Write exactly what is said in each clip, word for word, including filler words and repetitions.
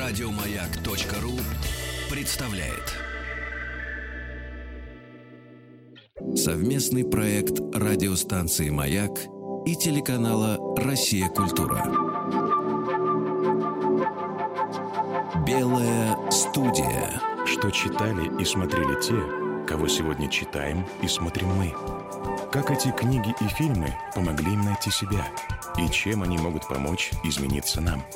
Радиомаяк.ру представляет совместный проект радиостанции «Маяк» и телеканала «Россия. Культура». Белая студия. Что читали и смотрели те, кого сегодня читаем и смотрим мы. Как эти книги и фильмы помогли им найти себя, и чем они могут помочь измениться нам.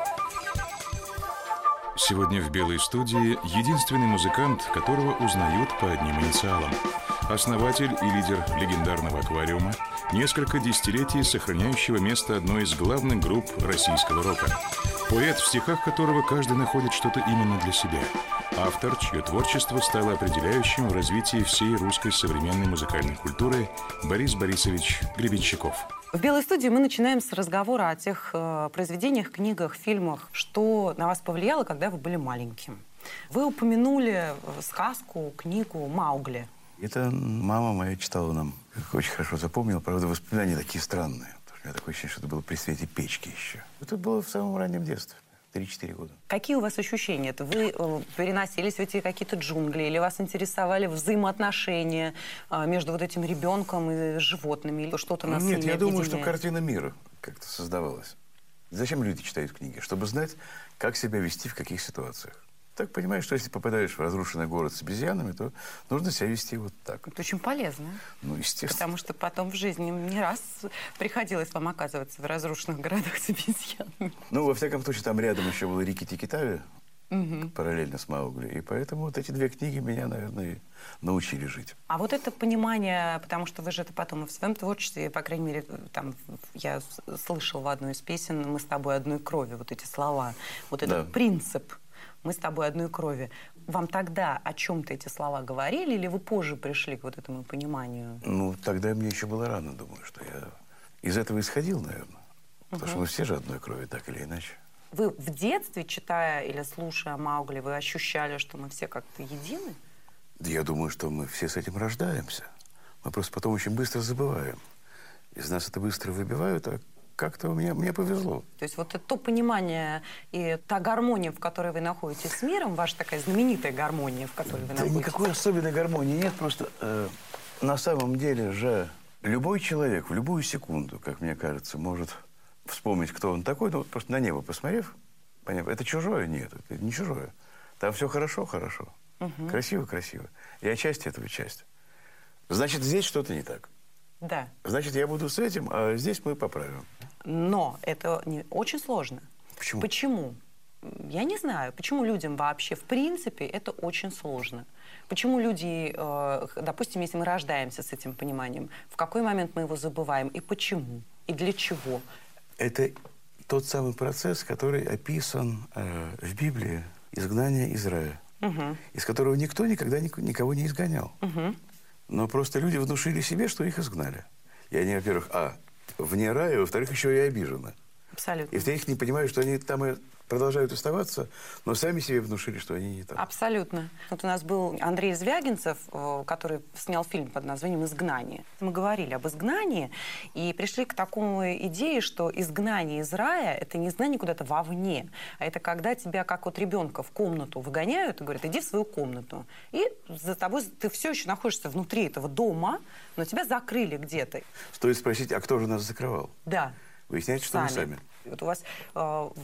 Сегодня в «Белой студии» единственный музыкант, которого узнают по одним инициалам. Основатель и лидер легендарного «Аквариума», несколько десятилетий сохраняющего место одной из главных групп российского рока. Поэт, в стихах которого каждый находит что-то именно для себя. Автор, чье творчество стало определяющим в развитии всей русской современной музыкальной культуры, Борис Борисович Гребенщиков. В «Белой студии» мы начинаем с разговора о тех э, произведениях, книгах, фильмах, что на вас повлияло, когда вы были маленьким. Вы упомянули сказку, книгу «Маугли». Это мама моя читала нам. Очень хорошо запомнила. Правда, воспоминания такие странные. У меня такое ощущение, что это было при свете печки еще. Это было в самом раннем детстве. три-четыре года. Какие у вас ощущения? Это вы э, переносились в эти какие-то джунгли? Или вас интересовали взаимоотношения э, между вот этим ребенком и животными? Или что-то нас Нет, я думаю, объединяет? что картина мира как-то создавалась. Зачем люди читают книги? Чтобы знать, как себя вести в каких ситуациях. Так понимаешь, что если попадаешь в разрушенный город с обезьянами, то нужно себя вести вот так. Это очень полезно. Ну, естественно. Потому что потом в жизни не раз приходилось вам оказываться в разрушенных городах с обезьянами. Ну, во всяком случае, там рядом еще был Рикки-Тикки-Тави, угу. параллельно с Маугли. И поэтому вот эти две книги меня, наверное, научили жить. А вот это понимание, потому что вы же это потом и в своем творчестве, по крайней мере, там, я слышал в одной из песен «Мы с тобой одной крови», вот эти слова, вот этот да. принцип «Мы с тобой одной крови». Вам тогда о чем-то эти слова говорили, или вы позже пришли к вот этому пониманию? Ну, тогда мне еще было рано, думаю, что я из этого исходил, наверное. Потому угу. что мы все же одной крови, так или иначе. Вы в детстве, читая или слушая Маугли, вы ощущали, что мы все как-то едины? Да я думаю, что мы все с этим рождаемся. Мы просто потом очень быстро забываем. Из нас это быстро выбивают, а как-то мне, мне повезло. То есть вот это то понимание и та гармония, в которой вы находитесь с миром, ваша такая знаменитая гармония, в которой вы да находитесь? Никакой особенной гармонии нет. Просто э, на самом деле же любой человек в любую секунду, как мне кажется, может вспомнить, кто он такой. Ну, вот просто на небо посмотрев, поняв, это чужое? Нет, это не чужое. Там все хорошо, хорошо. Угу. Красиво, красиво. Я часть этого часть. Значит, здесь что-то не так. Да. Значит, я буду с этим, а здесь мы поправим. Но это не очень сложно. Почему? Почему? Я не знаю. Почему людям вообще, в принципе, это очень сложно? Почему люди, э, допустим, если мы рождаемся с этим пониманием, в какой момент мы его забываем? И почему? И для чего? Это тот самый процесс, который описан э, в Библии. Изгнание из рая. Угу. Из которого никто никогда никого не изгонял. Угу. Но просто люди внушили себе, что их изгнали. И они, во-первых, а, вне рая, во-вторых, еще и обижены. Абсолютно. И в-третьих, не понимают, что они там и продолжают оставаться, но сами себе внушили, что они не там. Абсолютно. Вот у нас был Андрей Звягинцев, который снял фильм под названием «Изгнание». Мы говорили об изгнании и пришли к такой идее, что изгнание из рая – это не изгнание куда-то вовне, а это когда тебя, как вот ребенка, в комнату выгоняют и говорят: иди в свою комнату. И за тобой ты все еще находишься внутри этого дома, но тебя закрыли где-то. Стоит спросить, а кто же нас закрывал? Да. Выясняется, что мы сами. Вот у вас э,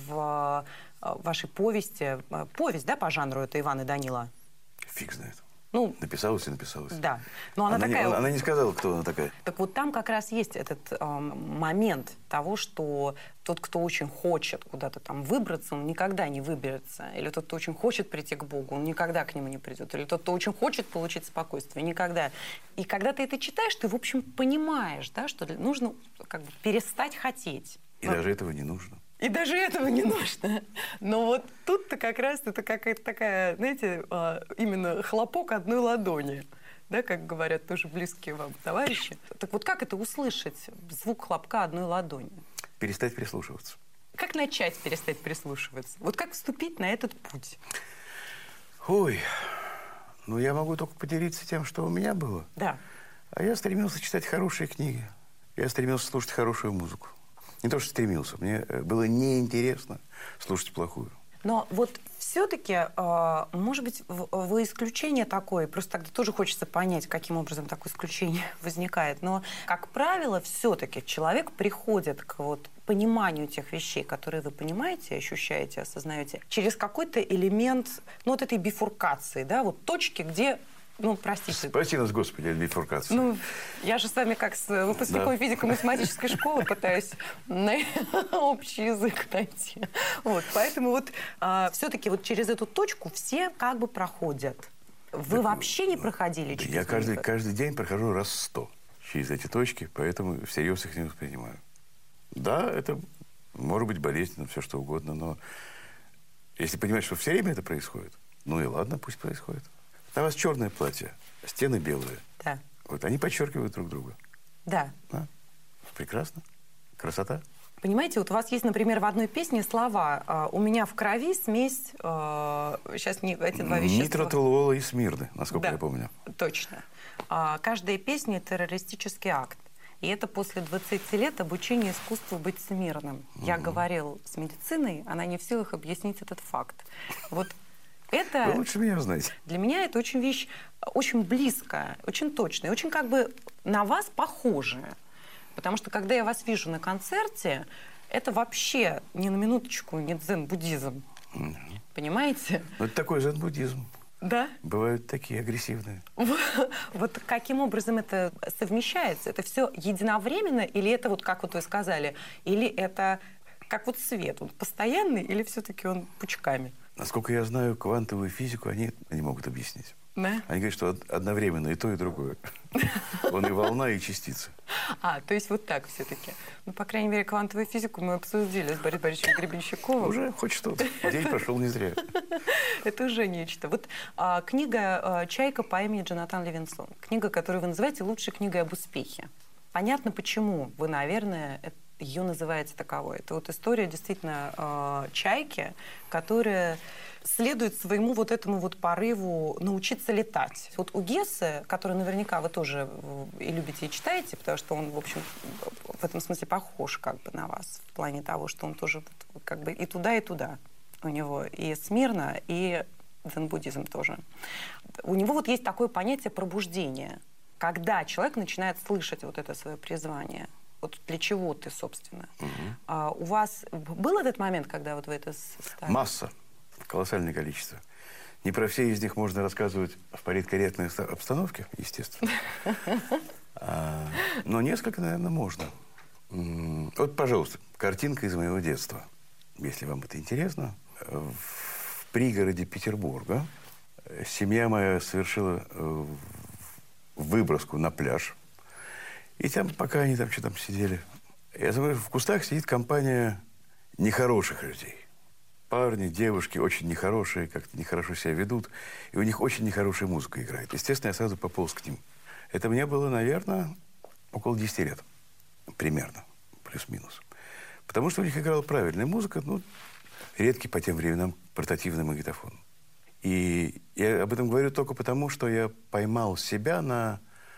в э, вашей повести, э, повесть, да, по жанру, это «Иван и Данила»? Фиг знает. Ну, написалась и написалась. Да. Но она, она, такая... не, она, она не сказала, кто она такая. Так вот там как раз есть этот э, момент того, что тот, кто очень хочет куда-то там выбраться, он никогда не выберется. Или тот, кто очень хочет прийти к Богу, он никогда к нему не придет. Или тот, кто очень хочет получить спокойствие, никогда. И когда ты это читаешь, ты, в общем, понимаешь, да, что нужно как бы перестать хотеть. И Но... даже этого не нужно. И даже этого не нужно. Но вот тут-то как раз это какая-то такая, знаете, именно хлопок одной ладони. Да, как говорят тоже близкие вам товарищи. Так вот как это услышать? Звук хлопка одной ладони. Перестать прислушиваться. Как начать перестать прислушиваться? Вот как вступить на этот путь? Ой, ну я могу только поделиться тем, что у меня было. Да. А я стремился читать хорошие книги. Я стремился слушать хорошую музыку. Не то, что стремился. Мне было неинтересно слушать плохую. Но вот все-таки, э, может быть, вы исключение такое, просто тогда тоже хочется понять, каким образом такое исключение возникает. Но, как правило, все-таки человек приходит к вот пониманию тех вещей, которые вы понимаете, ощущаете, осознаете, через какой-то элемент, ну, вот этой бифуркации, да, вот точки, где, ну, простите. Спаси нас, Господи, от бифуркации. Ну, я же с вами как с выпускником да. физико-математической школы пытаюсь на общий язык найти. Вот, поэтому вот а, все-таки вот через эту точку все как бы проходят. Вы так, вообще не проходили через Я каждый, каждый день прохожу раз сто через эти точки, поэтому всерьез их не воспринимаю. Да, это может быть болезненно, все что угодно, но если понимать, что все время это происходит, ну и ладно, пусть происходит. На вас черное платье, стены белые. Да. Вот они подчеркивают друг друга. Да. Да. Прекрасно. Красота. Понимаете, вот у вас есть, например, в одной песне слова «У меня в крови смесь...» Сейчас не, эти два вещества... Нитротолуола и смирны, насколько да, я помню. Точно. Каждая песня — террористический акт. И это после двадцати лет обучения искусству быть смирным. Mm-hmm. Я говорил с медициной, она не в силах объяснить этот факт. Вот это... Вы лучше меня знаете. Для меня это очень вещь очень близкая, очень точная, очень как бы на вас похожая. Потому что когда я вас вижу на концерте, это вообще ни на минуточку не дзен-буддизм. Mm-hmm. Понимаете? Это такой дзен-буддизм. Да? Бывают такие агрессивные. Вот каким образом это совмещается? Это все единовременно или это вот как вот вы сказали? Или это как вот свет? Он постоянный или все-таки он пучками? Насколько я знаю, квантовую физику они не могут объяснить. Да? Они говорят, что одновременно и то, и другое. Он и волна, и частица. А, то есть вот так все-таки. Ну, по крайней мере, квантовую физику мы обсудили с Борисом Борисовичем Гребенщиковым. Уже хоть что-то. День прошел не зря. Это уже нечто. Вот а, книга а, «Чайка» по имени Джонатан Ливингстон. Книга, которую вы называете лучшей книгой об успехе. Понятно, почему вы, наверное, ее называете таковой. Это вот история действительно а, чайки, которая следует своему вот этому вот порыву научиться летать. Вот у Гессе, который наверняка вы тоже и любите, и читаете, потому что он, в общем, в этом смысле похож как бы на вас, в плане того, что он тоже вот, как бы и туда, и туда. У него и смирно, и дзен-буддизм тоже. У него вот есть такое понятие пробуждения, когда человек начинает слышать вот это свое призвание. Вот для чего ты, собственно. Угу. А у вас был этот момент, когда вот вы это стали? Масса. Колоссальное количество. Не про все из них можно рассказывать в политкорректной обстановке, естественно. А, но несколько, наверное, можно. Вот, пожалуйста, картинка из моего детства. Если вам это интересно. В пригороде Петербурга семья моя совершила выброску на пляж. И там, пока они там что-то там сидели, я знаю, в кустах сидит компания нехороших людей. Парни, девушки очень нехорошие, как-то нехорошо себя ведут. И у них очень нехорошая музыка играет. Естественно, я сразу пополз к ним. Это мне было, наверное, около десяти лет. Примерно. Плюс-минус. Потому что у них играла правильная музыка, ну, редкий по тем временам портативный магнитофон. И я об этом говорю только потому, что я поймал себя на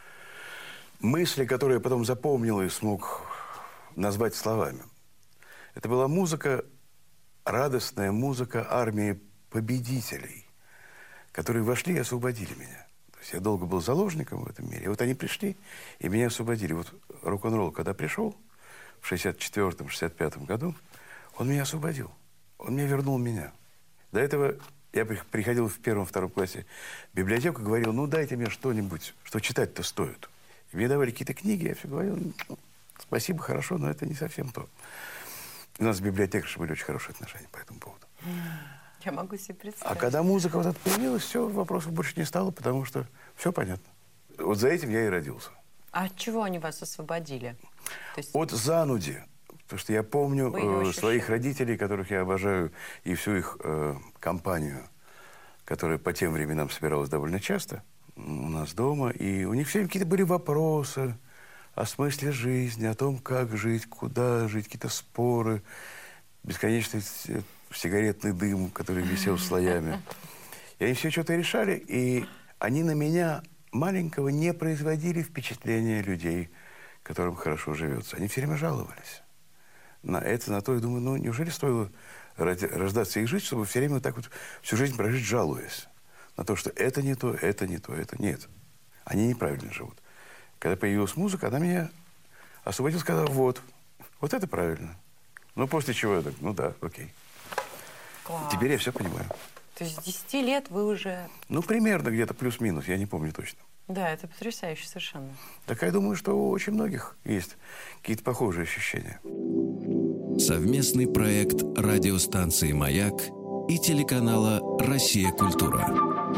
мысли, которые я потом запомнил и смог назвать словами. Это была музыка, радостная музыка армии победителей, которые вошли и освободили меня. То есть я долго был заложником в этом мире. И вот они пришли и меня освободили. Вот рок-н-ролл, когда пришел в шестьдесят четвёртом — шестьдесят пятом году, он меня освободил. Он мне вернул меня. До этого я приходил в первом-втором классе в библиотеку и говорил, ну дайте мне что-нибудь, что читать-то стоит. И мне давали какие-то книги, я все говорил, ну, спасибо, хорошо, но это не совсем то. У нас с библиотекаршей были очень хорошие отношения по этому поводу. Я могу себе представить. А когда музыка вот эта появилась, все, вопросов больше не стало, потому что все понятно. Вот за этим я и родился. А от чего они вас освободили? То есть... От зануди. Потому что я помню э, своих родителей, которых я обожаю, и всю их э, компанию, которая по тем временам собиралась довольно часто у нас дома. И у них все какие-то были вопросы о смысле жизни, о том, как жить, куда жить, какие-то споры, бесконечный сигаретный дым, который висел слоями. И они все что-то решали, и они на меня, маленького, не производили впечатления людей, которым хорошо живется. Они все время жаловались на это, на то. И думаю, ну, неужели стоило ради, рождаться и жить, чтобы все время вот так вот всю жизнь прожить, жалуясь на то, что это не то, это не то, это нет. Они неправильно живут. Когда появилась музыка, она меня освободила, сказала, вот, вот это правильно. Ну, после чего я так, ну да, окей. Класс. Теперь я все понимаю. То есть с десяти лет вы уже... Ну, примерно где-то плюс-минус, я не помню точно. Да, это потрясающе совершенно. Так я думаю, что у очень многих есть какие-то похожие ощущения. Совместный проект радиостанции «Маяк» и телеканала «Россия. Культура».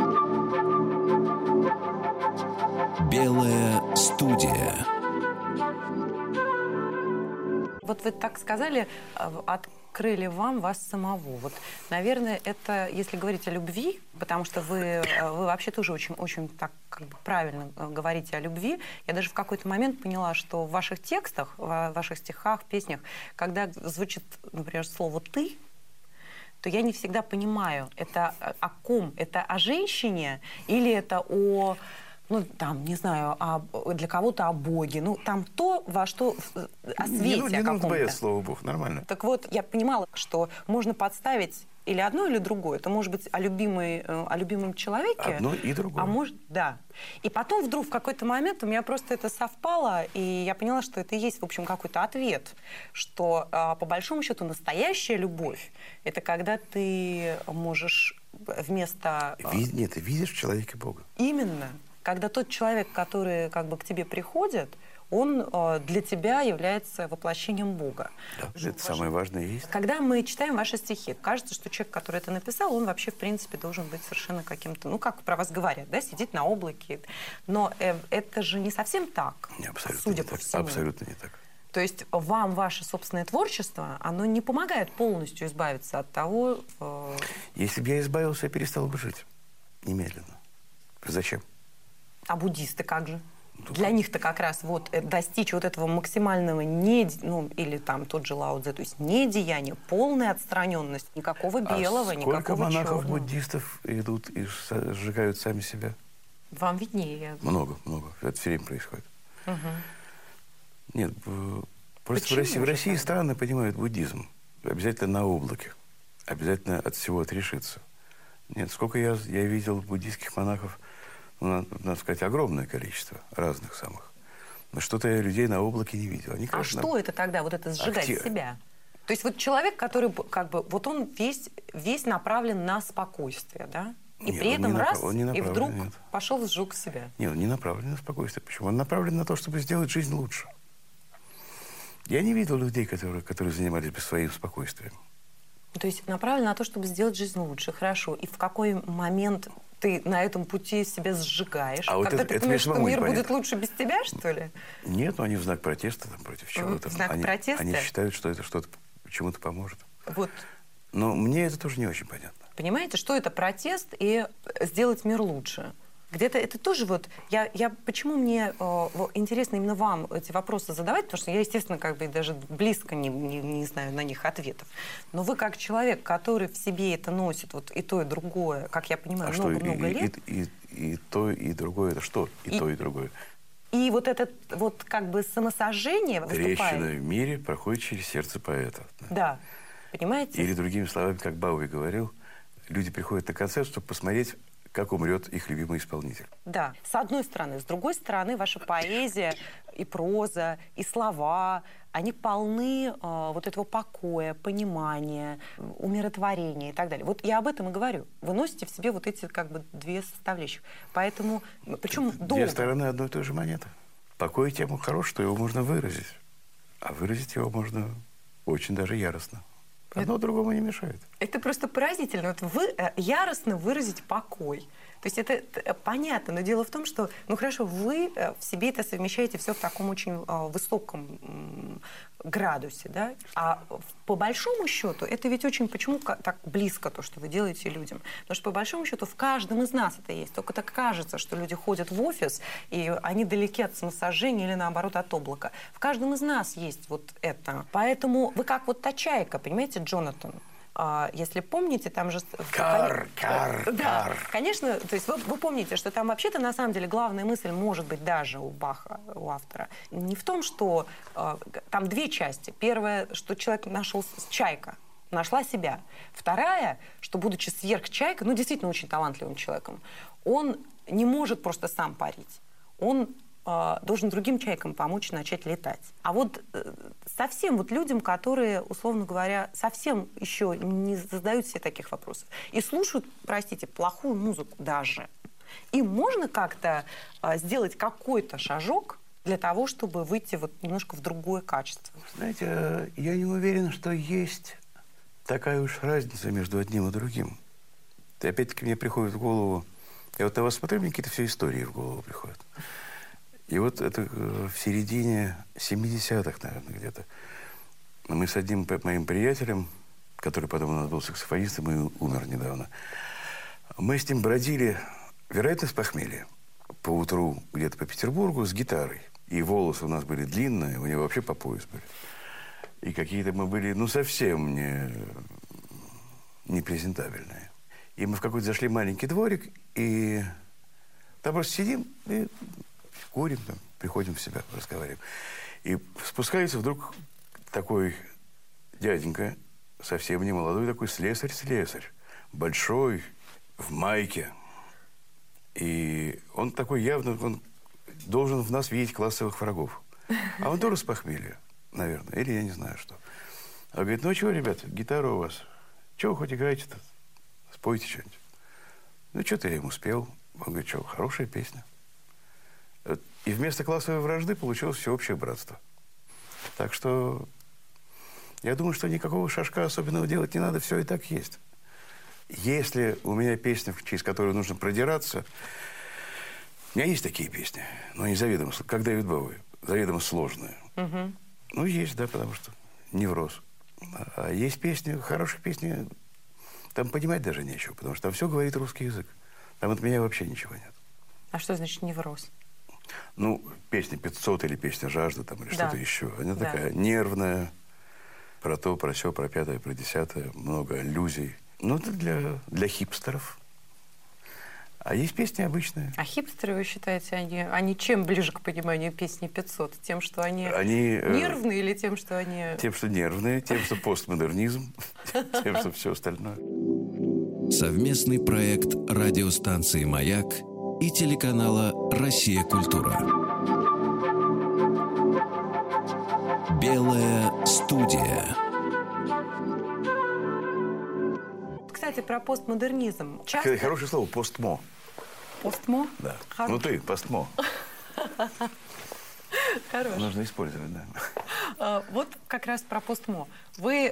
Белая студия. Вот вы так сказали, открыли вам вас самого. Вот, наверное, это, если говорить о любви, потому что вы, вы вообще тоже очень, очень так как бы правильно говорите о любви. Я даже в какой-то момент поняла, что в ваших текстах, в ваших стихах, песнях, когда звучит, например, слово «ты», то я не всегда понимаю, это о ком? Это о женщине или это о... Ну, там, не знаю, а для кого-то о Боге. Ну, там то, во что... О свете не, не, не нужно бояться, слова Бог, нормально. Так вот, я понимала, что можно подставить или одно, или другое. Это может быть о, любимой, о любимом человеке. Одно и другое. А может, да. И потом вдруг в какой-то момент у меня просто это совпало, и я поняла, что это и есть, в общем, какой-то ответ. Что, по большому счету, настоящая любовь — это когда ты можешь вместо... Вид, нет, ты видишь в человеке Бога. Именно. Когда тот человек, который как бы к тебе приходит, он э, для тебя является воплощением Бога. Да, это важно. Самое важное и есть. Когда мы читаем ваши стихи, кажется, что человек, который это написал, он вообще, в принципе, должен быть совершенно каким-то, ну, как про вас говорят, да, сидеть на облаке. Но э, это же не совсем так, не, абсолютно судя не по так. всему. Абсолютно не так. То есть вам ваше собственное творчество, оно не помогает полностью избавиться от того... Э... Если бы я избавился, я перестал бы жить. Немедленно. Зачем? А буддисты как же? Ну, Для них-то как раз вот достичь вот этого максимального не, ну, или там тот же Лао Цзэ, то есть недеяния, полная отстраненность, никакого белого, а никакого сколько монахов-буддистов черного. идут и сжигают сами себя? Вам виднее. Много, много. Это все время происходит. Угу. Нет, просто Почему в России, в России так? странно понимают буддизм. Обязательно на облаке. Обязательно от всего отрешиться. Нет, сколько я, я видел буддийских монахов, ну, надо, надо сказать, огромное количество разных самых. Но что-то я людей на облаке не видел. Они, А конечно, что это тогда, вот это сжигать актив... себя? То есть вот человек, который как бы, вот он весь, весь направлен на спокойствие, да? И нет, при этом не раз, направ... не и вдруг нет. пошел сжег себя. Нет, он не направлен на спокойствие. Почему? Он направлен на то, чтобы сделать жизнь лучше. Я не видел людей, которые, которые занимались бы своим спокойствием. То есть направлен на то, чтобы сделать жизнь лучше. Хорошо. И в какой момент ты на этом пути себя сжигаешь? А вот Когда это, ты это понимаешь, что мир понятно. будет лучше без тебя, что ли? Нет, но они в знак протеста там, против чего-то. В знак они, протеста? Они считают, что это что-то чему-то поможет. Вот. Но мне это тоже не очень понятно. Понимаете, что это протест и сделать мир лучше? Где-то это тоже вот... Я, я, почему мне э, интересно именно вам эти вопросы задавать? Потому что я, естественно, как бы даже близко не, не, не знаю на них ответов. Но вы как человек, который в себе это носит, вот и то, и другое, как я понимаю, много-много а лет... И, и, и, и то, и другое, это что? И, и то, и другое. И вот это вот как бы самосожжение выступает... Трещина в мире проходит через сердце поэта. Да. Понимаете? Или другими словами, как Бауи говорил, люди приходят на концерт, чтобы посмотреть, как умрет их любимый исполнитель. Да, с одной стороны. С другой стороны, ваша поэзия и проза, и слова, они полны э, вот этого покоя, понимания, умиротворения и так далее. Вот я об этом и говорю. Вы носите в себе вот эти как бы две составляющих. Поэтому, причем долго. Две стороны одной и той же монеты. Покой тем хорош, что его можно выразить. А выразить его можно очень даже яростно. Одно это, другому не мешает. Это просто поразительно. Вот вы яростно выразить покой. То есть это, это понятно, но дело в том, что, ну хорошо, вы в себе это совмещаете все в таком очень э, высоком э, градусе, да? А по большому счету это ведь очень, почему так близко то, что вы делаете людям? Потому что по большому счету в каждом из нас это есть. Только так кажется, что люди ходят в офис, и они далеки от самосожжения или наоборот от облака. В каждом из нас есть вот это. Поэтому вы как вот та чайка, понимаете, Джонатан? А, если помните, там же... Кар, кар, да, кар. Конечно, то есть вы, вы помните, что там вообще-то на самом деле главная мысль, может быть, даже у Баха, у автора, не в том, что... А, там две части. Первое, что человек нашел чайка. нашла себя. Вторая, что, будучи сверхчайкой, ну, действительно очень талантливым человеком, он не может просто сам парить. Он э, должен другим чайкам помочь начать летать. А вот э, совсем вот людям, которые, условно говоря, совсем еще не задают себе таких вопросов и слушают, простите, плохую музыку даже, им можно как-то э, сделать какой-то шажок для того, чтобы выйти вот немножко в другое качество? Знаете, я не уверен, что есть такая уж разница между одним и другим. И опять-таки мне приходит в голову, я вот на вас смотрю, мне какие-то все истории в голову приходят. И вот это в середине семидесятых, наверное, где-то, мы с одним моим приятелем, который потом у нас был саксофонистом и умер недавно, мы с ним бродили, вероятно, с похмелья, поутру где-то по Петербургу с гитарой. И волосы у нас были длинные, у него вообще по пояс были. И какие-то мы были, ну, совсем не, не презентабельные. И мы в какой-то зашли маленький дворик, и там просто сидим и курим, там, приходим в себя, разговариваем. И спускается вдруг такой дяденька, совсем не молодой, такой слесарь-слесарь, большой, в майке. И он такой явно, он должен в нас видеть классовых врагов. А он тоже с похмелья, наверное, или я не знаю что. А говорит, ну чего, ребята, гитара у вас? Чего вы хоть играете-то? Спойте что-нибудь. Ну, что-то я ему спел. Он говорит, что, хорошая песня. И вместо классовой вражды получилось всеобщее братство. Так что я думаю, что никакого шажка особенного делать не надо, все и так есть. Если у меня песня, через которую нужно продираться, у меня есть такие песни, но они заведомо, как Дэвид Боуи, заведомо сложные. Угу. Ну, есть, да, потому что невроз. А есть песни, хорошие песни, там понимать даже нечего, потому что там все говорит русский язык. Там от меня вообще ничего нет. А что значит невроз? Ну, песня пятьсот или песня «Жажда» там, или да. что-то еще. Она да. такая нервная, про то, про сё, про пятое, про десятое, много аллюзий. Ну, это для, для хипстеров. А есть песни обычные. А хипстеры, вы считаете, они, они чем ближе к пониманию песни пятьсот? Тем, что они, они нервные, э, или тем, что они... Тем, что нервные, тем, что постмодернизм, тем, что все остальное. Совместный проект радиостанции «Маяк» и телеканала «Россия. Культура». Белая студия. Кстати, про постмодернизм. Часто... Хорошее слово «постмо». Постмо? Да. Хорош... Ну ты, постмо. Хорошо. Нужно использовать, да. Вот как раз про постмо. Вы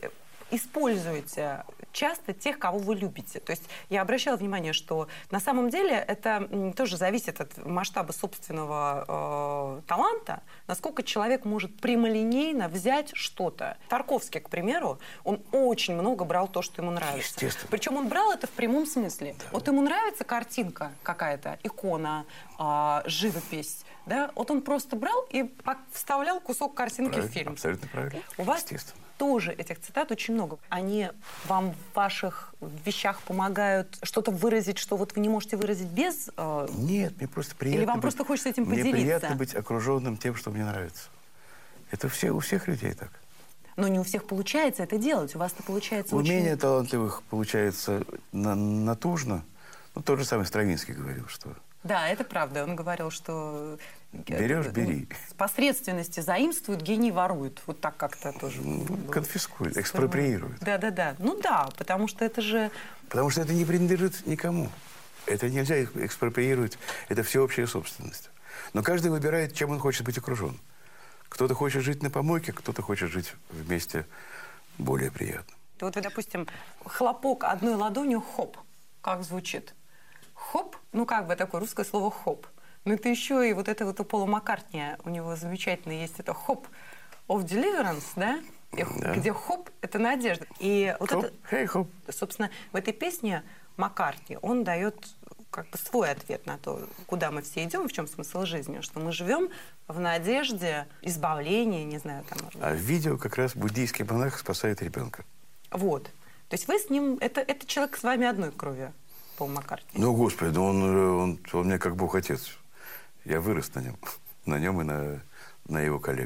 используете часто тех, кого вы любите. То есть я обращала внимание, что на самом деле это тоже зависит от масштаба собственного э, таланта, насколько человек может прямолинейно взять что-то. Тарковский, к примеру, он очень много брал то, что ему нравится. Причем он брал это в прямом смысле. Да. Вот ему нравится картинка какая-то, икона, э, живопись, да? Вот он просто брал и вставлял кусок картинки правильно, в фильм. Абсолютно правильно. У вас тоже этих цитат очень много. Они вам в ваших вещах помогают что-то выразить, что вот вы не можете выразить без... Э... Нет, мне просто приятно Или вам быть... просто хочется этим мне поделиться? Мне приятно быть окруженным тем, что мне нравится. Это все, у всех людей так. Но не у всех получается это делать. У вас-то получается очень... Умение талантливых получается на натужно. Ну, тот же самый Стравинский говорил, что... Да, это правда. Он говорил, что... Берешь, бери. С посредственности заимствуют, гений ворует. Вот так как-то тоже. Конфискует, экспроприирует. Да-да-да. Ну да, потому что это же... Потому что это не принадлежит никому. Это нельзя экспроприировать. Это всеобщая собственность. Но каждый выбирает, чем он хочет быть окружен. Кто-то хочет жить на помойке, кто-то хочет жить вместе более приятно. Вот вы, допустим, хлопок одной ладонью, хоп, как звучит? Хоп, ну как бы такое русское слово хоп. Но это еще и вот это вот у Пола Маккартни, у него замечательно есть это хоп of deliverance, да? И, да. Где хоп – это надежда. И вот хоп, это, hey, хоп. Собственно, в этой песне Маккартни, он дает как бы свой ответ на то, куда мы все идем, в чем смысл жизни, что мы живем в надежде избавления, не знаю, там. А в видео как раз буддийский монах спасает ребенка. Вот. То есть вы с ним, это, это человек с вами одной крови, Пол Маккартни. Ну, господи, он, он, он мне как Бог-отец. Я вырос на нем, на нем и на, на его коллегах.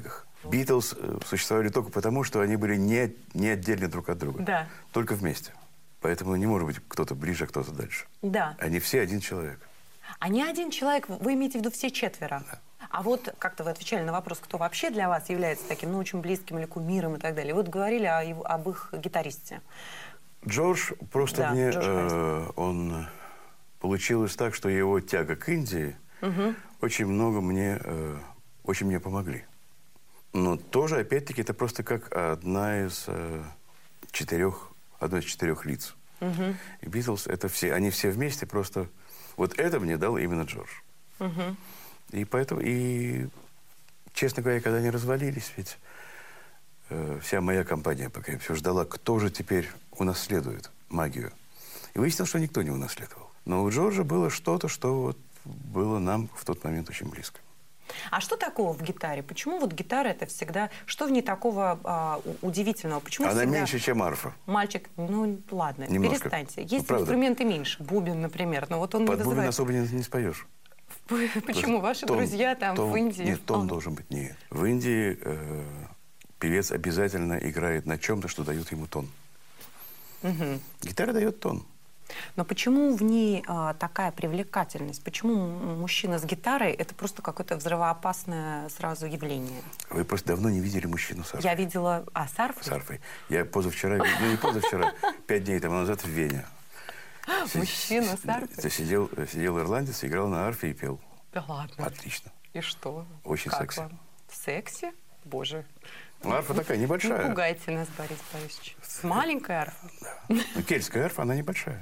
Битлз существовали только потому, что они были не, не отдельны друг от друга. Да. Только вместе. Поэтому не может быть кто-то ближе, а кто-то дальше. Да. Они все один человек. А не один человек, вы имеете в виду все четверо? Да. А вот как-то вы отвечали на вопрос, кто вообще для вас является таким, ну, очень близким или кумиром и так далее. Вот говорили о его, об их гитаристе. Джордж просто Да, мне... Джордж э, он... Получилось так, что его тяга к Индии Угу. очень много мне... Э, очень мне помогли. Но тоже, опять-таки, это просто как одна из э, четырех... Одно из четырех лиц. Угу. И Битлз, это все... Они все вместе просто... Вот это мне дал именно Джордж. Угу. И поэтому... И, честно говоря, когда они развалились, ведь э, вся моя компания пока я все ждала, кто же теперь унаследует магию. И выяснилось, что никто не унаследовал. Но у Джорджа было что-то, что вот было нам в тот момент очень близко. А что такого в гитаре? Почему вот гитара это всегда... Что в ней такого а, удивительного? Почему Она всегда меньше, чем арфа. мальчик... Ну, ладно, Немножко. перестаньте. Ну, Есть правда. инструменты меньше. Бубен, например. Но вот он Под не бубен вызывает... особо не, не споешь. Почему? Ваши Тон- друзья там тон- в Индии... Нет, тон А. должен быть. Нет. В Индии э, певец обязательно играет на чем-то, что дает ему тон. Мгм. Гитара дает тон. Но почему в ней а, такая привлекательность? Почему м- мужчина с гитарой это просто какое-то взрывоопасное сразу явление? Вы просто давно не видели мужчину с арфой. Я видела... А, с арфой? С арфой. Я позавчера, ну не позавчера, пять дней тому назад в Вене. Мужчина с арфой? Сидел, сидел ирландец, играл на арфе и пел. Да ладно. Отлично. И что? Очень Как секси. вам? Секси? Боже. Ну, арфа такая Не небольшая. пугайте нас, Борис Борисович. Маленькая арфа. Ну, кельтская арфа, она небольшая.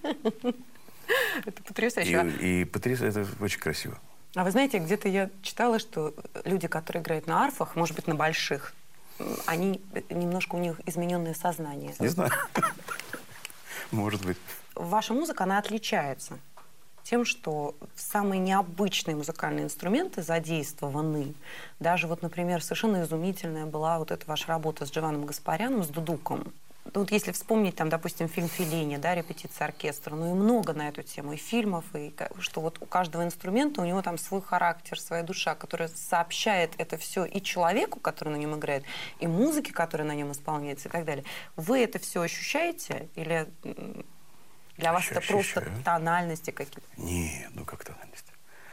Это потрясающе. А- И, и потрясающе, это очень красиво. А вы знаете, где-то я читала, что люди, которые играют на арфах, может быть, на больших, м, они немножко у них измененное сознание. Не знаю. Может быть. Ваша музыка, она отличается тем, что самые необычные музыкальные инструменты задействованы. Даже вот, например, совершенно изумительная была вот эта ваша работа с Джованом Гаспаряном, с дудуком. Ну, вот если вспомнить, там, допустим, фильм «Феллини», да, «Репетиция оркестра», ну и много на эту тему, и фильмов, и ка- что вот у каждого инструмента у него там свой характер, своя душа, которая сообщает это все и человеку, который на нем играет, и музыке, которая на нем исполняется, и так далее. Вы это все ощущаете? Или м, для вас это просто Ощущаю. тональности какие-то? Не, ну как тональность.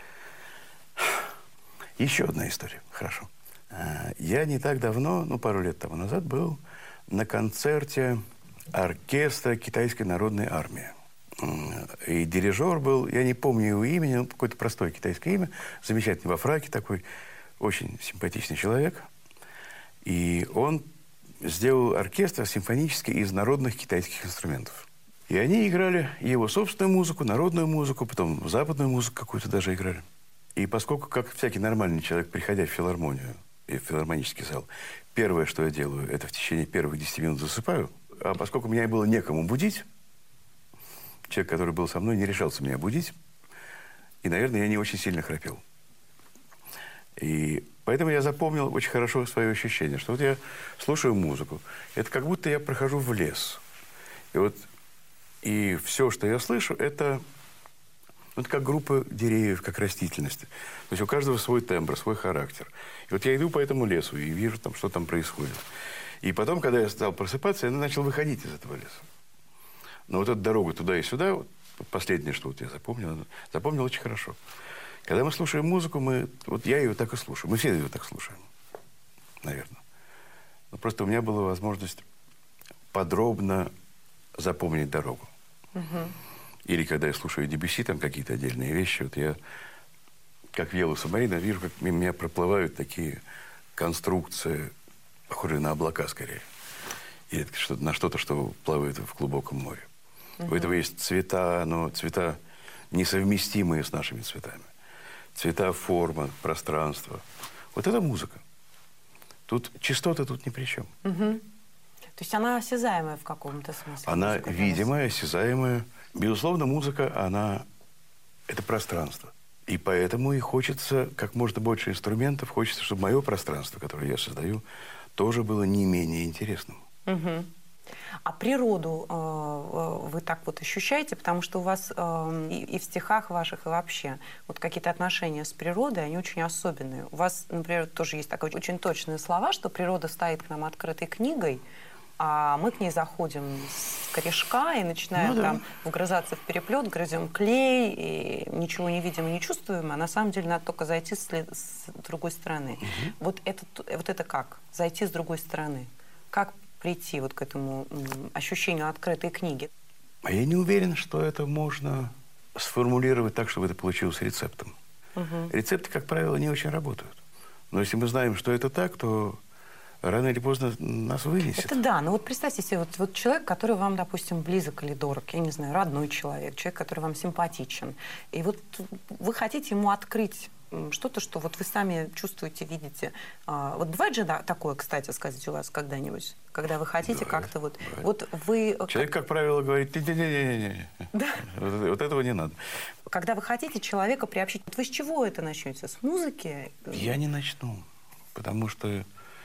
Еще одна история. Хорошо. А, Я не так давно, ну пару лет тому назад, был на концерте оркестра Китайской народной армии. М, И дирижер был, я не помню его имени, ну, какое-то простое китайское имя, замечательный во фраке такой, очень симпатичный человек. И он сделал оркестр симфонический из народных китайских инструментов. И они играли его собственную музыку, народную музыку, потом западную музыку какую-то даже играли. И поскольку, как всякий нормальный человек, приходя в филармонию и в филармонический зал, первое, что я делаю, это в течение первых десяти минут засыпаю. А поскольку меня было некому будить, человек, который был со мной, не решался меня будить. И, наверное, я не очень сильно храпел. И поэтому я запомнил очень хорошо свое ощущение, что вот я слушаю музыку. Это как будто я прохожу в лес. И вот и все, что я слышу, это, ну, это как группа деревьев, как растительность. То есть у каждого свой тембр, свой характер. И вот я иду по этому лесу и вижу, там, что там происходит. И потом, когда я стал просыпаться, я начал выходить из этого леса. Но вот эту дорогу туда и сюда, вот последнее, что вот я запомнил, запомнил очень хорошо. Когда мы слушаем музыку, мы, вот я ее так и слушаю. Мы все ее так слушаем, наверное. Но просто у меня была возможность подробно запомнить дорогу. Мгм. Или когда я слушаю Дебюсси, там какие-то отдельные вещи, вот я, как в «Yellow Submarine», вижу, как мимо меня проплывают такие конструкции, похожие на облака скорее. И это что-то, на что-то, что плавает в глубоком море. У этого есть цвета, но цвета несовместимые с нашими цветами. Цвета, форма, пространство. Вот это музыка. Тут частота тут ни при чем. Мгм. То есть она осязаемая в каком-то смысле? Она музыка для вас? видимая, осязаемая. Безусловно, музыка, она... Это пространство. И поэтому и хочется как можно больше инструментов. Хочется, чтобы мое пространство, которое я создаю, тоже было не менее интересным. Мгм. А природу э, вы так вот ощущаете? Потому что у вас э, и, и в стихах ваших, и вообще вот какие-то отношения с природой, они очень особенные. У вас, например, тоже есть такие очень точные слова, что природа стоит к нам открытой книгой, а мы к ней заходим с корешка и начинаем ну, да. там вгрызаться в переплет, грызем клей, и ничего не видим и не чувствуем, а на самом деле надо только зайти с, с другой стороны. Угу. Вот, это, вот это как? Зайти с другой стороны? Как прийти вот к этому ощущению открытой книги? А я не уверен, что это можно сформулировать так, чтобы это получилось рецептом. Угу. Рецепты, как правило, не очень работают. Но если мы знаем, что это так, то рано или поздно нас вынесет. Это да, но вот представьте себе, вот, вот человек, который вам, допустим, близок или дорог, я не знаю, родной человек, человек, который вам симпатичен, и вот вы хотите ему открыть что-то, что вот вы сами чувствуете, видите. А, вот бывает же да, такое, кстати, сказать у вас когда-нибудь, когда вы хотите да, как-то вот... вот вы... Человек, как правило, говорит, не-не-не-не-не. Да? Вот, вот этого не надо. Когда вы хотите человека приобщить, вы с чего это начнете? С музыки? Я не начну, потому что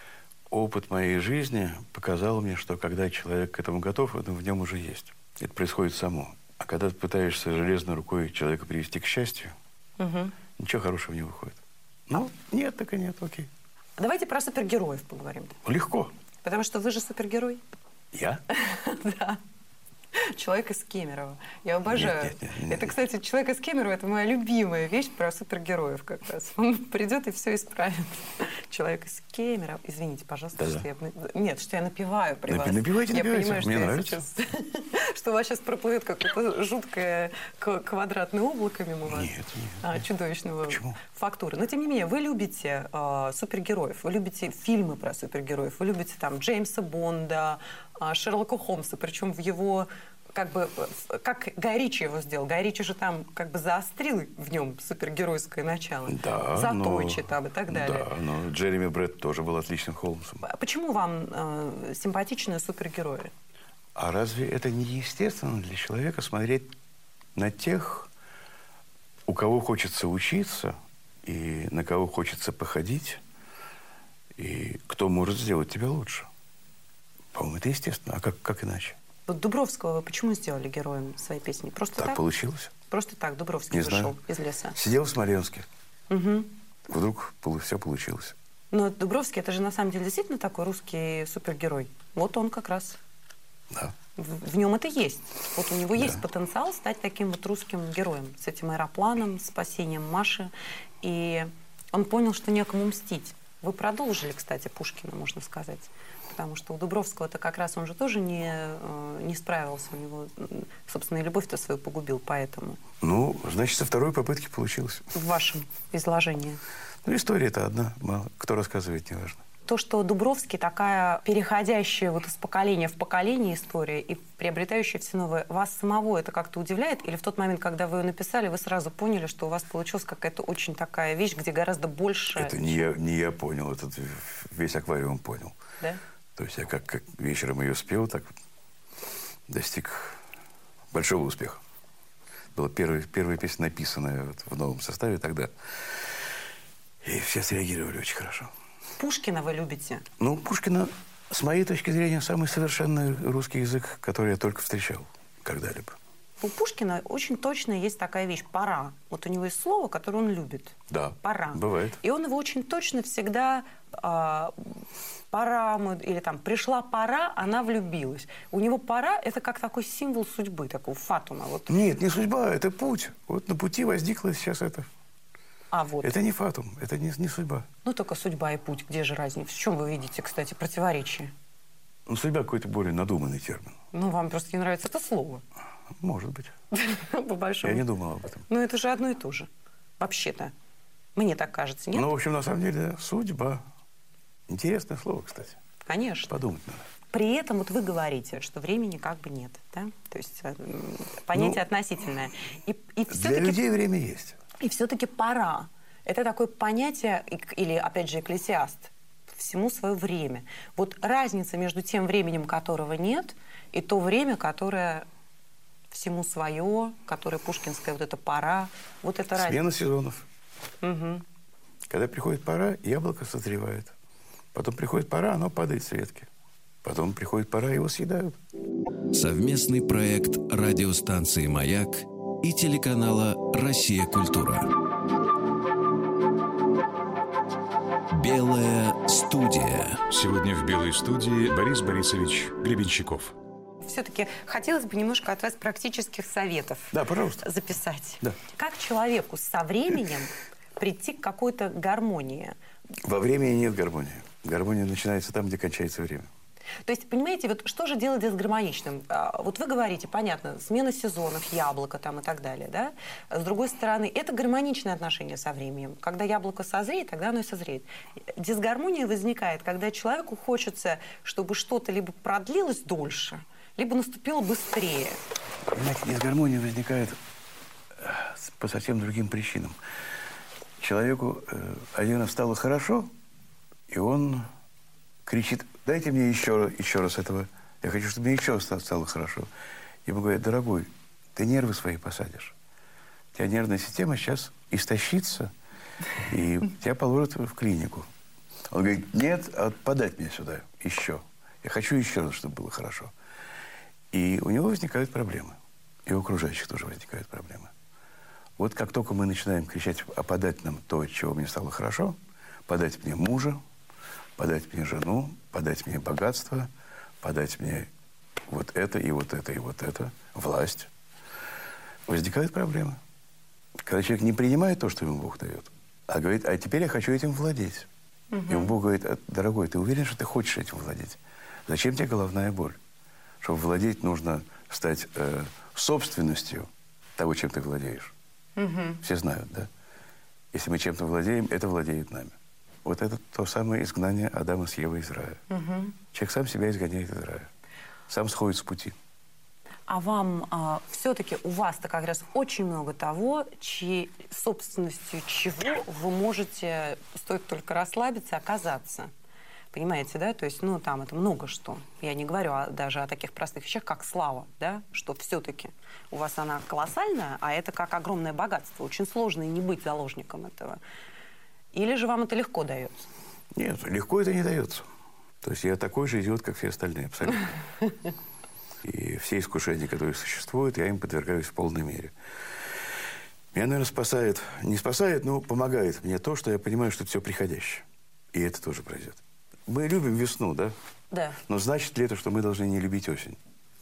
опыт моей жизни показал мне, что когда человек к этому готов, это в нем уже есть. Это происходит само. А когда ты пытаешься железной рукой человека привести к счастью, угу. ничего хорошего не выходит. Ну, нет, так и нет, окей. Давайте про супергероев поговорим. Легко. Потому что вы же супергерой. Я? Да. Человек из Кемерово. Я обожаю. Нет, нет, нет, нет. Это, кстати, человек из Кемерово – это моя любимая вещь про супергероев как раз. Он придет и все исправит. Человек из Кемерова. Извините, пожалуйста, да, что да. я... Нет, что я напеваю при вас. Напивайте, я напивайте. понимаю, что Мне я нравится. Сейчас... что у вас сейчас проплывет какое-то жуткое квадратное облако мимо вас. Нет, нет. А, чудовищного Почему? фактуры. Но, тем не менее, вы любите э, супергероев, вы любите фильмы про супергероев, вы любите там Джеймса Бонда, э, Шерлока Холмса, причем в его... как бы, как Гай Ричи его сделал. Гай Ричи же там как бы заострил в нем супергеройское начало. Да, Затойчи но, там и так далее. Да, но Джереми Бретт тоже был отличным Холмсом. Почему вам э, симпатичны супергерои? А разве это не естественно для человека смотреть на тех, у кого хочется учиться, и на кого хочется походить, и кто может сделать тебя лучше? По-моему, это естественно. А как, как иначе? Вот Дубровского вы почему сделали героем своей песни? Просто так? Так получилось. Просто так Дубровский не вышел знаю. из леса? Сидел в Смоленске. Угу. Вдруг все получилось. Но Дубровский, это же на самом деле действительно такой русский супергерой. Вот он как раз. Да. В, в нем это есть. Вот у него да. есть потенциал стать таким вот русским героем. С этим аэропланом, спасением Маши. И он понял, что некому мстить. Вы продолжили, кстати, Пушкина, можно сказать. Потому что у Дубровского-то как раз он же тоже не, не справился. У него, собственно, и любовь-то свою погубил, поэтому. Ну, значит, со второй попытки получилось. В вашем изложении. Ну, история-то одна. Мало. Кто рассказывает, не важно. То, что Дубровский такая переходящая вот из поколения в поколение история и приобретающая все новое, вас самого это как-то удивляет? Или в тот момент, когда вы ее написали, вы сразу поняли, что у вас получилась какая-то очень такая вещь, где гораздо больше... Это не я, не я понял, это весь аквариум понял. Да? То есть я как, как вечером ее спел, так достиг большого успеха. Была первая, первая песня, написанная вот в новом составе тогда. И все среагировали очень хорошо. Пушкина вы любите? Ну, Пушкина, с моей точки зрения, самый совершенный русский язык, который я только встречал когда-либо. У Пушкина очень точно есть такая вещь – пора. Вот у него есть слово, которое он любит. Да, пора. Бывает. И он его очень точно всегда… А, пора, мы, или там пришла пора, она влюбилась. У него пора – это как такой символ судьбы, такого фатума. Вот. Нет, не судьба, это путь. Вот на пути возникло сейчас это. А вот. Это не фатум, это не, не судьба. Ну, только судьба и путь. Где же разница? В чем вы видите, кстати, противоречие? Ну, судьба какой-то более надуманный термин. Ну, вам просто не нравится это слово. Может быть. По большому. Я не думал об этом. Ну, это же одно и то же. Вообще-то. Мне так кажется, нет? Ну, в общем, на самом деле, да, судьба. Интересное слово, кстати. Конечно. Подумать надо. При этом вот вы говорите, что времени как бы нет, да? То есть понятие ну, относительное. И, и для людей время есть. И все-таки пора. Это такое понятие, или, опять же, Экклесиаст, всему свое время. Вот разница между тем временем, которого нет, и то время, которое всему свое, которое пушкинское, вот это пора, вот это разница. Смена сезонов. Угу. Когда приходит пора, яблоко созревает. Потом приходит пора, оно падает с ветки. Потом приходит пора, его съедают. Совместный проект радиостанции «Маяк» и телеканала «Россия. Культура». Белая студия. Сегодня в «Белой студии» Борис Борисович Гребенщиков. Все-таки хотелось бы немножко от вас практических советов Да, пожалуйста. записать. Да. Как человеку со временем прийти к какой-то гармонии? Во времени нет гармонии. Гармония начинается там, где кончается время. То есть, понимаете, вот что же делать дисгармоничным? А, Вот вы говорите, понятно, смена сезонов, яблоко там и так далее, да? С другой стороны, это гармоничное отношение со временем. Когда яблоко созреет, тогда оно и созреет. Дисгармония возникает, когда человеку хочется, чтобы что-то либо продлилось дольше, либо наступило быстрее. Понимаете, дисгармония возникает по совсем другим причинам. Человеку э, один раз стало хорошо, и он кричит: дайте мне еще, еще раз этого. Я хочу, чтобы мне еще стало хорошо. Ему говорят: дорогой, ты нервы свои посадишь. У тебя нервная система сейчас истощится, и тебя положат в клинику. Он говорит: нет, а подать мне сюда еще. Я хочу еще раз, чтобы было хорошо. И у него возникают проблемы. И у окружающих тоже возникают проблемы. Вот как только мы начинаем кричать: а подать нам то, от чего мне стало хорошо, подать мне мужа, подать мне жену, подать мне богатство, подать мне вот это и вот это и вот это, власть, возникают проблемы. Когда человек не принимает то, что ему Бог дает, а говорит: а теперь я хочу этим владеть. Угу. И ему Бог говорит: дорогой, ты уверен, что ты хочешь этим владеть? Зачем тебе головная боль? Чтобы владеть, нужно стать э, собственностью того, чем ты владеешь. Угу. Все знают, да? Если мы чем-то владеем, это владеет нами. Вот это то самое изгнание Адама с Евой из рая. Угу. Человек сам себя изгоняет из рая. Сам сходит с пути. А вам а, все-таки у вас-то как раз очень много того, чьей собственностью чего вы можете, стоит только расслабиться, оказаться. Понимаете, да? То есть, ну, там это много что. Я не говорю о, даже о таких простых вещах, как слава, да? Что все-таки у вас она колоссальная, а это как огромное богатство. Очень сложно и не быть заложником этого. Или же вам это легко дается? Нет, легко это не дается. То есть я такой же идиот, как все остальные, абсолютно. И все искушения, которые существуют, я им подвергаюсь в полной мере. Меня, наверное, спасает, не спасает, но помогает мне то, что я понимаю, что это все приходящее. И это тоже пройдет. Мы любим весну, да? Да. Но значит ли это, что мы должны не любить осень?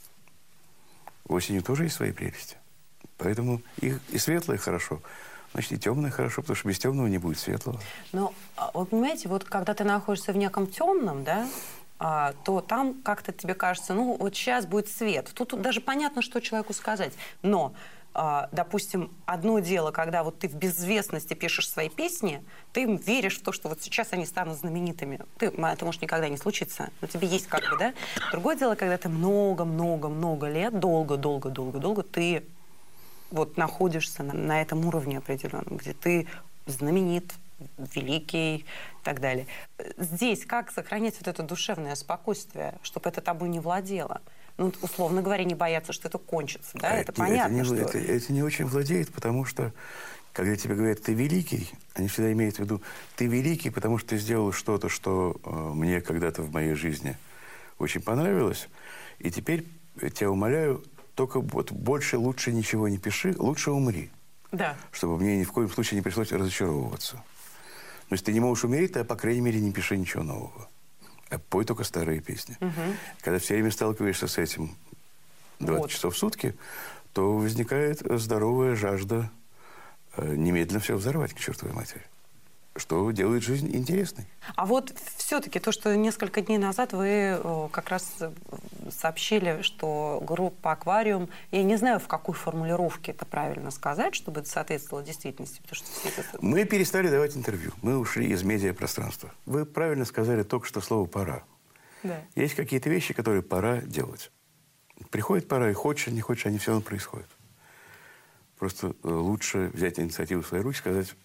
Осенью тоже есть свои прелести. Поэтому и, и светлое хорошо, значит, и темное хорошо, потому что без темного не будет светлого. Но, вы понимаете, вот когда ты находишься в неком темном, да, а, то там как-то тебе кажется, ну, вот сейчас будет свет. Тут даже понятно, что человеку сказать. Но, а, допустим, одно дело, когда вот ты в безвестности пишешь свои песни, ты веришь в то, что вот сейчас они станут знаменитыми. Ты, это может никогда не случиться, но тебе есть как бы, да? Другое дело, когда ты много-много-много лет, долго-долго-долго-долго, ты вот находишься на, на этом уровне определенном, где ты знаменит, великий и так далее. Здесь как сохранять вот это душевное спокойствие, чтобы это тобой не владело? Ну, условно говоря, не бояться, что это кончится, да? А это, это понятно, это не, что... Это, это не очень владеет, потому что, когда тебе говорят: ты великий, они всегда имеют в виду: ты великий, потому что ты сделал что-то, что э, мне когда-то в моей жизни очень понравилось, и теперь я тебя умоляю, только вот больше, лучше ничего не пиши, лучше умри. Да. Чтобы мне ни в коем случае не пришлось разочаровываться. Но если ты не можешь умереть, то, по крайней мере, не пиши ничего нового. А пой только старые песни. Угу. Когда все время сталкиваешься с этим двадцать вот. часов в сутки, то возникает здоровая жажда э, немедленно все взорвать к чертовой матери. Что делает жизнь интересной. А вот все-таки то, что несколько дней назад вы э, как раз сообщили, что группа «Аквариум», я не знаю, в какой формулировке это правильно сказать, чтобы это соответствовало действительности. Потому что все это... Мы перестали давать интервью. Мы ушли из медиапространства. Вы правильно сказали только что слово «пора». Да. Есть какие-то вещи, которые пора делать. Приходит пора, и хочешь, не хочешь, они все равно происходят. Просто лучше взять инициативу в свои руки и сказать: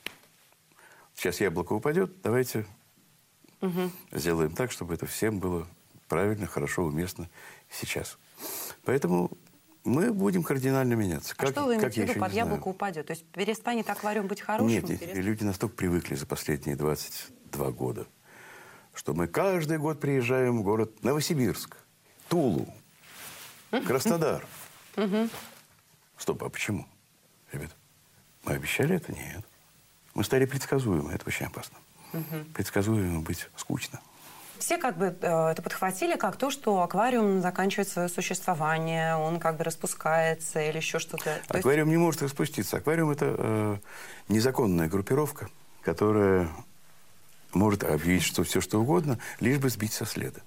сейчас яблоко упадет, давайте угу. сделаем так, чтобы это всем было правильно, хорошо, уместно сейчас. Поэтому мы будем кардинально меняться. А как, что вы имеете в виду, под яблоко упадет? То есть перестанет аквариум быть хорошим? Нет, нет, люди настолько привыкли за последние двадцать два года, что мы каждый год приезжаем в город Новосибирск, Тулу, Краснодар. Стоп, а почему? Ребята, мы обещали это? Нет. Мы стали предсказуемы, это очень опасно. Предсказуемо быть скучно. Все как бы э, это подхватили как то, что аквариум заканчивает свое существование, он как бы распускается или еще что-то. Аквариум есть... не может распуститься. Аквариум – это э, незаконная группировка, которая может объявить что, все, что угодно, лишь бы сбить со следа.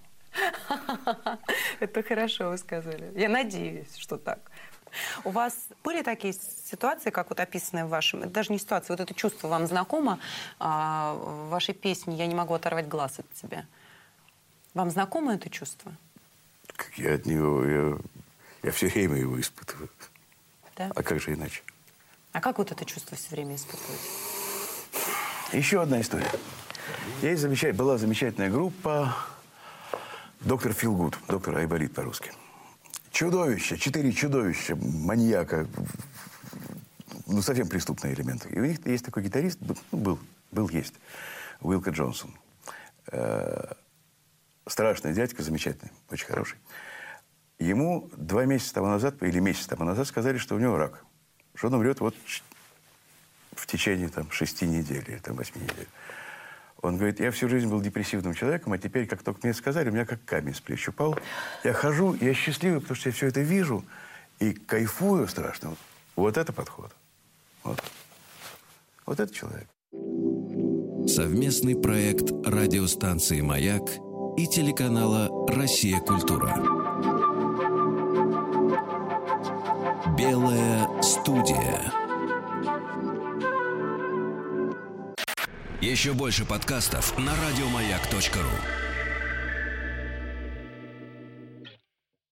Это хорошо вы сказали. Я надеюсь, что так. У вас были такие ситуации, как вот описанные в вашем... Это даже не ситуация, вот это чувство вам знакомо, а, в вашей песне «Я не могу оторвать глаз от тебя». Вам знакомо это чувство? Я от него... Я, я все время его испытываю. Да? А как же иначе? А как вот это чувство все время испытываете? Еще одна история. Есть замечатель... Была замечательная группа «Доктор Филгуд», «Доктор Айболит» по-русски. Чудовище, четыре чудовища, маньяка, ну, совсем преступные элементы. И у них есть такой гитарист, ну, был, был, есть, Уилко Джонсон. Э-э- страшный дядька, замечательный, очень хороший. Ему два месяца тому назад, или месяц тому назад сказали, что у него рак. Что он умрет вот в течение там, шести недель или там, восьми недель. Он говорит, я всю жизнь был депрессивным человеком, а теперь, как только мне сказали, у меня как камень с плеч упал. Я хожу, я счастливый, потому что я все это вижу и кайфую страшно. Вот это подход. Вот. Вот это человек. Совместный проект радиостанции «Маяк» и телеканала «Россия. Культура». Белая студия. Еще больше подкастов на радиомаяк точка ру.